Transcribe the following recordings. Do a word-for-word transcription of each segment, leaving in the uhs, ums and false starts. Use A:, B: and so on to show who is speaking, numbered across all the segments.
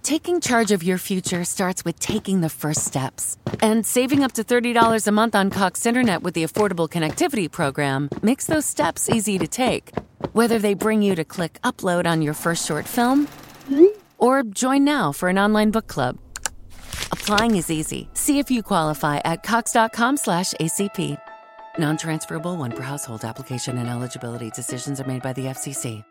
A: Taking charge of your future starts with taking the first steps. And saving up to thirty dollars a month on Cox Internet with the Affordable Connectivity Program makes those steps easy to take. Whether they bring you to click upload on your first short film or join now for an online book club. Applying is easy. See if you qualify at cox.com slash ACP. Non-transferable one per household. Application and eligibility decisions are made by the F C C.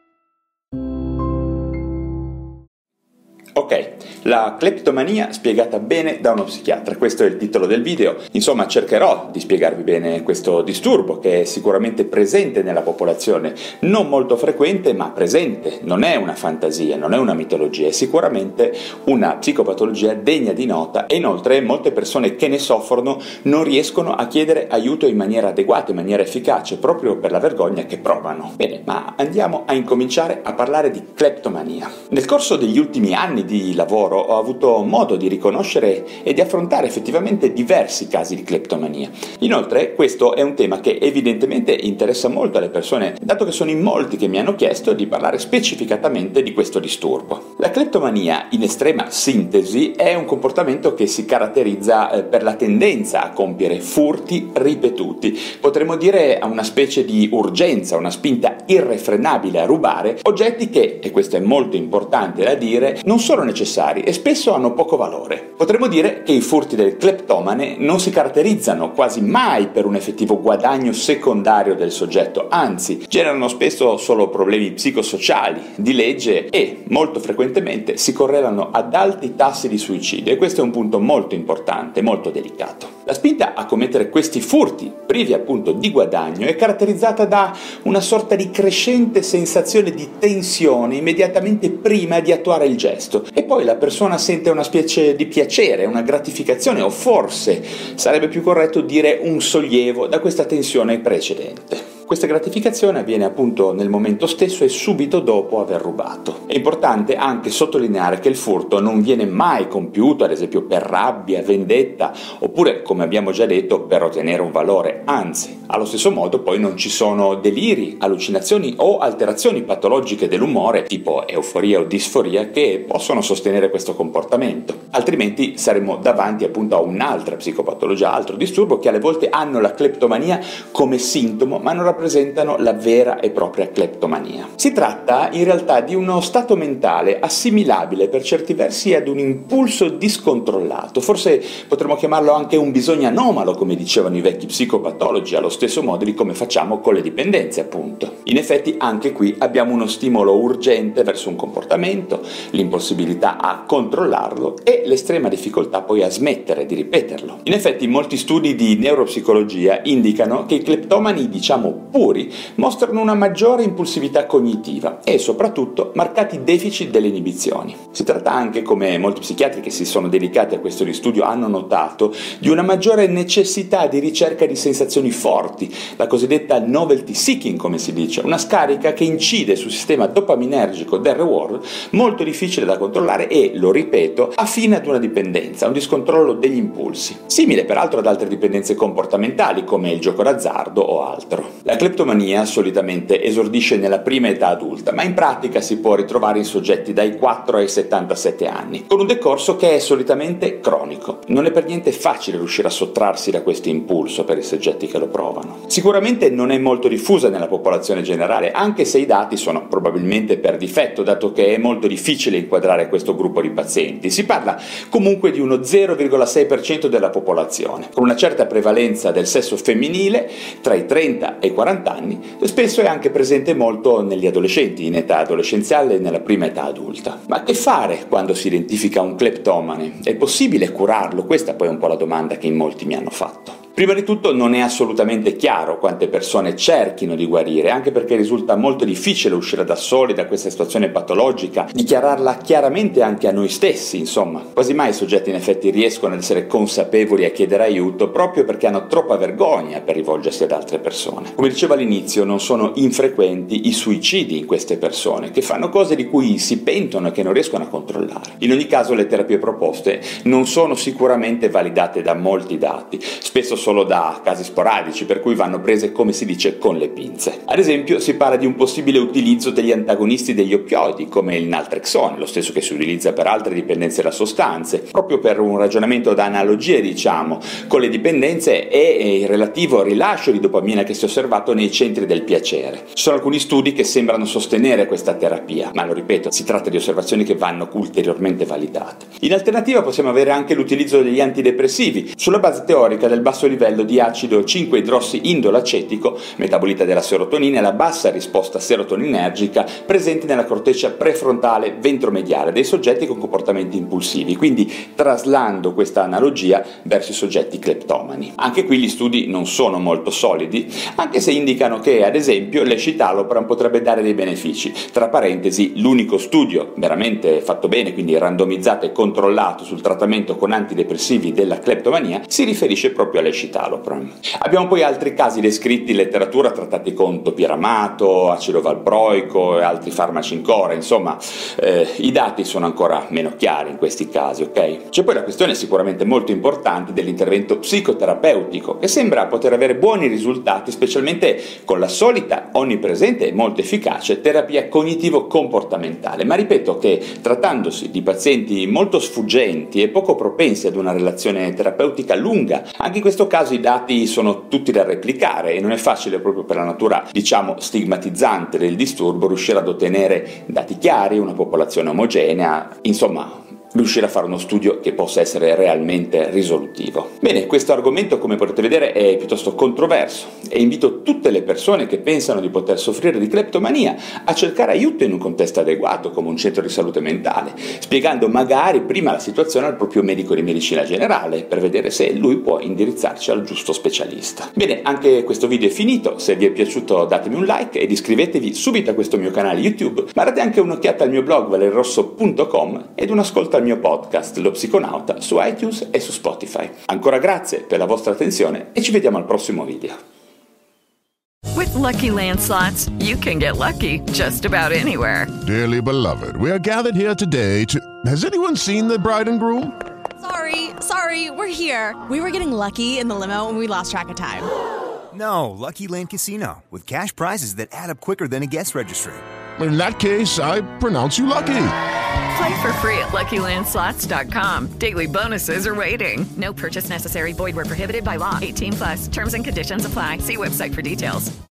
B: Ok, la cleptomania spiegata bene da uno psichiatra, questo è il titolo del video. Insomma, cercherò di spiegarvi bene questo disturbo che è sicuramente presente nella popolazione, non molto frequente ma presente, non è una fantasia, non è una mitologia, è sicuramente una psicopatologia degna di nota e inoltre molte persone che ne soffrono non riescono a chiedere aiuto in maniera adeguata, in maniera efficace, proprio per la vergogna che provano. Bene, ma andiamo a incominciare a parlare di cleptomania. Nel corso degli ultimi anni di lavoro ho avuto modo di riconoscere e di affrontare effettivamente diversi casi di cleptomania. Inoltre questo è un tema che evidentemente interessa molto alle persone, dato che sono in molti che mi hanno chiesto di parlare specificatamente di questo disturbo. La cleptomania, in estrema sintesi, è un comportamento che si caratterizza per la tendenza a compiere furti ripetuti. Potremmo dire a una specie di urgenza, una spinta irrefrenabile a rubare oggetti che, e questo è molto importante da dire, non sono necessari e spesso hanno poco valore. Potremmo dire che i furti del cleptomane non si caratterizzano quasi mai per un effettivo guadagno secondario del soggetto, anzi generano spesso solo problemi psicosociali, di legge e molto frequentemente si correlano ad alti tassi di suicidio e questo è un punto molto importante, molto delicato. La spinta a commettere questi furti, privi appunto di guadagno, è caratterizzata da una sorta di crescente sensazione di tensione immediatamente prima di attuare il gesto. E poi la persona sente una specie di piacere, una gratificazione o forse sarebbe più corretto dire un sollievo da questa tensione precedente. Questa gratificazione avviene appunto nel momento stesso e subito dopo aver rubato. È importante anche sottolineare che il furto non viene mai compiuto, ad esempio per rabbia, vendetta, oppure, come abbiamo già detto, per ottenere un valore. Anzi, allo stesso modo poi non ci sono deliri, allucinazioni o alterazioni patologiche dell'umore, tipo euforia o disforia, che possono sostenere questo comportamento. Altrimenti saremmo davanti appunto a un'altra psicopatologia, altro disturbo che alle volte hanno la cleptomania come sintomo, ma non rappresentano la vera e propria cleptomania. Si tratta in realtà di uno stato mentale assimilabile per certi versi ad un impulso discontrollato, forse potremmo chiamarlo anche un bisogno anomalo, come dicevano i vecchi psicopatologi, allo stesso modo di come facciamo con le dipendenze appunto. In effetti anche qui abbiamo uno stimolo urgente verso un comportamento, l'impossibilità a controllarlo e l'estrema difficoltà poi a smettere di ripeterlo. In effetti molti studi di neuropsicologia indicano che i cleptomani, diciamo puri, mostrano una maggiore impulsività cognitiva e soprattutto marcati deficit delle inibizioni. Si tratta anche, come molti psichiatri che si sono dedicati a questo studio hanno notato, di una maggiore necessità di ricerca di sensazioni forti, la cosiddetta novelty seeking, come si dice, una scarica che incide sul sistema dopaminergico del reward, molto difficile da controllare e, lo ripeto, affine ad una dipendenza, un discontrollo degli impulsi, simile peraltro ad altre dipendenze comportamentali come il gioco d'azzardo o altro. La cleptomania solitamente esordisce nella prima età adulta, ma in pratica si può ritrovare in soggetti dai quattro ai settantasette anni, con un decorso che è solitamente cronico. Non è per niente facile riuscire a sottrarsi da questo impulso per i soggetti che lo provano. Sicuramente non è molto diffusa nella popolazione generale, anche se i dati sono probabilmente per difetto, dato che è molto difficile inquadrare questo gruppo di pazienti. Si parla comunque di uno zero virgola sei per cento della popolazione, con una certa prevalenza del sesso femminile tra i trenta e i quaranta anni, e spesso è anche presente molto negli adolescenti, in età adolescenziale e nella prima età adulta. Ma che fare quando si identifica un cleptomane? È possibile curarlo? Questa poi è un po' la domanda che in molti mi hanno fatto. Prima di tutto non è assolutamente chiaro quante persone cerchino di guarire, anche perché risulta molto difficile uscire da soli da questa situazione patologica, dichiararla chiaramente anche a noi stessi, insomma. Quasi mai i soggetti in effetti riescono ad essere consapevoli a chiedere aiuto proprio perché hanno troppa vergogna per rivolgersi ad altre persone. Come dicevo all'inizio, non sono infrequenti i suicidi in queste persone, che fanno cose di cui si pentono e che non riescono a controllare. In ogni caso le terapie proposte non sono sicuramente validate da molti dati, spesso solo da casi sporadici, per cui vanno prese, come si dice, con le pinze. Ad esempio si parla di un possibile utilizzo degli antagonisti degli oppioidi, come il naltrexone, lo stesso che si utilizza per altre dipendenze da sostanze, proprio per un ragionamento da analogie, diciamo, con le dipendenze e il relativo rilascio di dopamina che si è osservato nei centri del piacere. Ci sono alcuni studi che sembrano sostenere questa terapia, ma lo ripeto, si tratta di osservazioni che vanno ulteriormente validate. In alternativa possiamo avere anche l'utilizzo degli antidepressivi, sulla base teorica del basso livello di acido cinque idrossiindolacetico, metabolita della serotonina, e la bassa risposta serotoninergica presente nella corteccia prefrontale ventromediale dei soggetti con comportamenti impulsivi, quindi traslando questa analogia verso i soggetti cleptomani. Anche qui gli studi non sono molto solidi, anche se indicano che, ad esempio, l'escitalopram potrebbe dare dei benefici. Tra parentesi, l'unico studio veramente fatto bene, quindi randomizzato e controllato sul trattamento con antidepressivi della cleptomania, si riferisce proprio all'escitalopram. Abbiamo poi altri casi descritti in letteratura trattati con topiramato, acido valproico e altri farmaci ancora, insomma eh, i dati sono ancora meno chiari in questi casi, ok? C'è poi la questione sicuramente molto importante dell'intervento psicoterapeutico, che sembra poter avere buoni risultati, specialmente con la solita, onnipresente e molto efficace terapia cognitivo-comportamentale, ma ripeto che trattandosi di pazienti molto sfuggenti e poco propensi ad una relazione terapeutica lunga, anche in questo caso i dati sono tutti da replicare e non è facile, proprio per la natura, diciamo, stigmatizzante del disturbo, riuscire ad ottenere dati chiari, una popolazione omogenea, insomma riuscire a fare uno studio che possa essere realmente risolutivo. Bene, questo argomento, come potete vedere, è piuttosto controverso e invito tutte le persone che pensano di poter soffrire di cleptomania a cercare aiuto in un contesto adeguato, come un centro di salute mentale, spiegando magari prima la situazione al proprio medico di medicina generale per vedere se lui può indirizzarci al giusto specialista. Bene, anche questo video è finito. Se vi è piaciuto datemi un like ed iscrivetevi subito a questo mio canale YouTube, ma date anche un'occhiata al mio blog valerosso punto com ed un ascolto al mio podcast Lo Psiconauta su iTunes e su Spotify. Ancora grazie per la vostra attenzione e ci vediamo al prossimo video.
C: With Lucky Land Slots, you can get lucky just about anywhere.
D: Dearly beloved, we are gathered here today to... Has anyone seen the bride and groom?
E: Sorry, sorry, we're here. We were getting lucky in the limo and we lost track of time.
F: No, Lucky Land Casino, with cash prizes that add up quicker than a guest registry.
D: In that case, I pronounce you lucky.
C: Play for free at lucky land slots dot com. Daily bonuses are waiting. No purchase necessary. Void where prohibited by law. eighteen plus. Terms and conditions apply. See website for details.